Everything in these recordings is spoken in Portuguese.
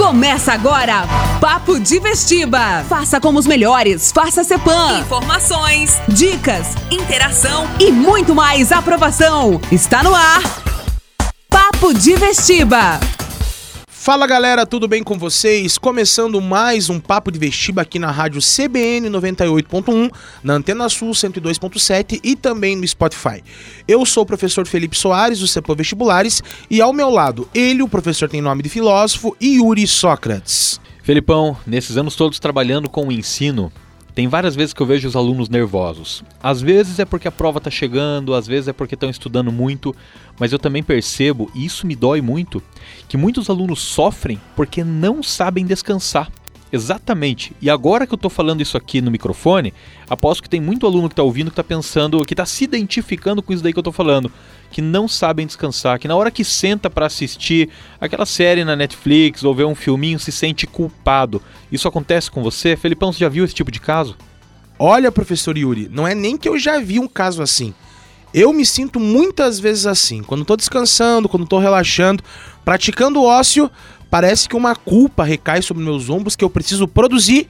Começa agora, Papo de Vestiba. Faça como os melhores, faça CEPAM. Informações, dicas, interação e muito mais aprovação. Está no ar, Papo de Vestiba. Fala galera, tudo bem com vocês? Começando mais um Papo de Vestiba aqui na rádio CBN 98.1, na Antena Sul 102.7 e também no Spotify. Eu sou o professor Felipe Soares, do CEPAM Vestibulares, e ao meu lado, ele, o professor tem nome de filósofo, Yuri Sócrates. Felipão, nesses anos todos trabalhando com o ensino, tem várias vezes que eu vejo os alunos nervosos. Às vezes é porque a prova está chegando, às vezes é porque estão estudando muito, mas eu também percebo, e isso me dói muito, que muitos alunos sofrem porque não sabem descansar. Exatamente. E agora que eu estou falando isso aqui no microfone, aposto que tem muito aluno que está ouvindo, que está pensando, que está se identificando com isso daí que eu estou falando, que não sabem descansar, que na hora que senta para assistir aquela série na Netflix ou ver um filminho, se sente culpado. Isso acontece com você? Felipão, você já viu esse tipo de caso? Olha, professor Yuri, não é nem que eu já vi um caso assim. Eu me sinto muitas vezes assim, quando estou descansando, quando estou relaxando, praticando ócio, parece que uma culpa recai sobre meus ombros que eu preciso produzir.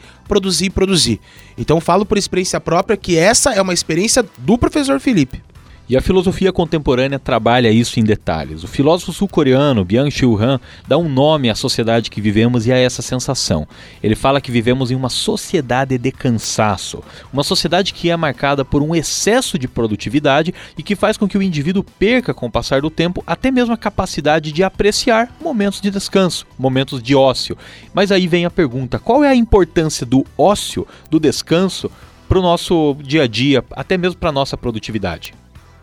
Então falo por experiência própria que essa é uma experiência do professor Felipe. E a filosofia contemporânea trabalha isso em detalhes. O filósofo sul-coreano Byung-Chul Han dá um nome à sociedade que vivemos e a essa sensação. Ele fala que vivemos em uma sociedade de cansaço, uma sociedade que é marcada por um excesso de produtividade e que faz com que o indivíduo perca, com o passar do tempo, até mesmo a capacidade de apreciar momentos de descanso, momentos de ócio. Mas aí vem a pergunta, qual é a importância do ócio, do descanso, para o nosso dia a dia, até mesmo para a nossa produtividade?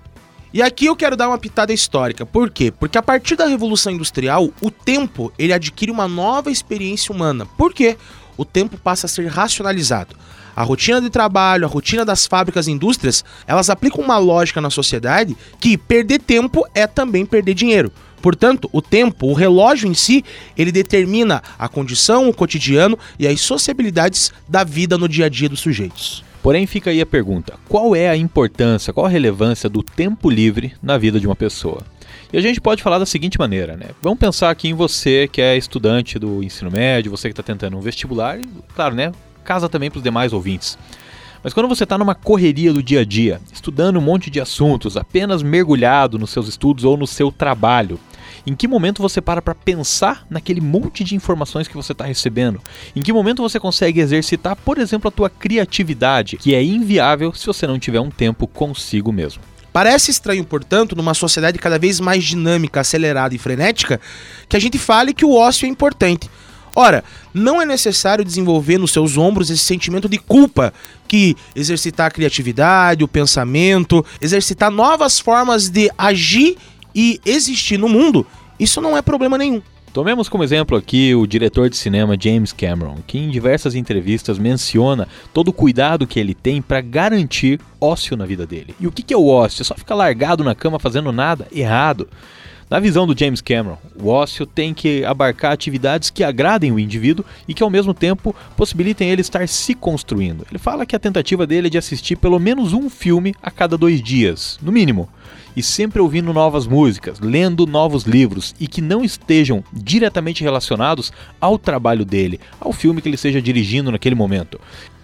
E aqui eu quero dar uma pitada histórica. Por quê? Porque a partir da Revolução Industrial, o tempo ele adquire uma nova experiência humana. Por quê? O tempo passa a ser racionalizado. A rotina de trabalho, a rotina das fábricas e indústrias, elas aplicam uma lógica na sociedade que perder tempo é também perder dinheiro. Portanto, o tempo, o relógio em si, ele determina a condição, o cotidiano e as sociabilidades da vida no dia a dia dos sujeitos. Porém, fica aí a pergunta, qual é a importância, qual a relevância do tempo livre na vida de uma pessoa? E a gente pode falar da seguinte maneira, né? Vamos pensar aqui em você que é estudante do ensino médio, você que está tentando um vestibular, e, claro, né? Casa também para os demais ouvintes. Mas quando você está numa correria do dia a dia, estudando um monte de assuntos, apenas mergulhado nos seus estudos ou no seu trabalho, em que momento você para pensar naquele monte de informações que você está recebendo? Em que momento você consegue exercitar, por exemplo, a tua criatividade, que é inviável se você não tiver um tempo consigo mesmo? Parece estranho, portanto, numa sociedade cada vez mais dinâmica, acelerada e frenética, que a gente fale que o ócio é importante. Ora, não é necessário desenvolver nos seus ombros esse sentimento de culpa que exercitar a criatividade, o pensamento, exercitar novas formas de agir e existir no mundo, isso não é problema nenhum. Tomemos como exemplo aqui o diretor de cinema James Cameron, que em diversas entrevistas menciona todo o cuidado que ele tem para garantir ócio na vida dele. E o que é o ócio? É só ficar largado na cama fazendo nada? Errado. Na visão do James Cameron, o ócio tem que abarcar atividades que agradem o indivíduo e que ao mesmo tempo possibilitem ele estar se construindo. Ele fala que a tentativa dele é de assistir pelo menos um filme a cada 2 dias, no mínimo. E sempre ouvindo novas músicas, lendo novos livros e que não estejam diretamente relacionados ao trabalho dele, ao filme que ele esteja dirigindo naquele momento.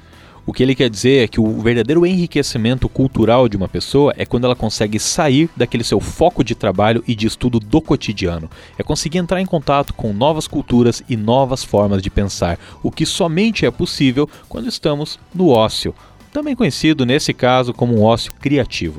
O que ele quer dizer é que o verdadeiro enriquecimento cultural de uma pessoa é quando ela consegue sair daquele seu foco de trabalho e de estudo do cotidiano. É conseguir entrar em contato com novas culturas e novas formas de pensar, o que somente é possível quando estamos no ócio, também conhecido nesse caso como um ócio criativo.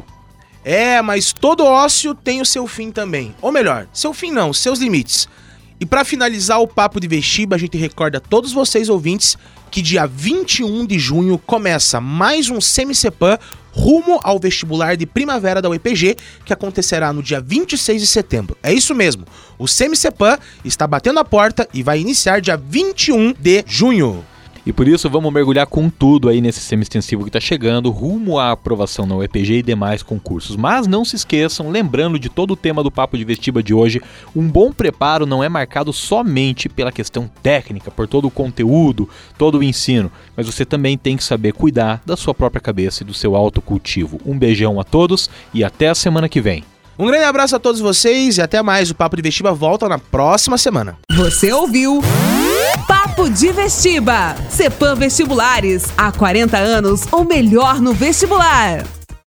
Mas todo ócio tem o seu fim também. Ou melhor, seu fim não, seus limites. E para finalizar o Papo de Vestiba, a gente recorda a todos vocês ouvintes que dia 21 de junho começa mais um Semi-CEPAM rumo ao vestibular de primavera da UEPG, que acontecerá no dia 26 de setembro. É isso mesmo, o Semi-CEPAM está batendo a porta e vai iniciar dia 21 de junho. E por isso vamos mergulhar com tudo aí nesse semi-extensivo que está chegando, rumo à aprovação na UEPG e demais concursos. Mas não se esqueçam, lembrando de todo o tema do Papo de Vestiba de hoje, um bom preparo não é marcado somente pela questão técnica, por todo o conteúdo, todo o ensino, mas você também tem que saber cuidar da sua própria cabeça e do seu autocultivo. Um beijão a todos e até a semana que vem. Um grande abraço a todos vocês e até mais. O Papo de Vestiba volta na próxima semana. Você ouviu Papo de Vestiba. Cepam Vestibulares. Há 40 anos, o melhor no vestibular.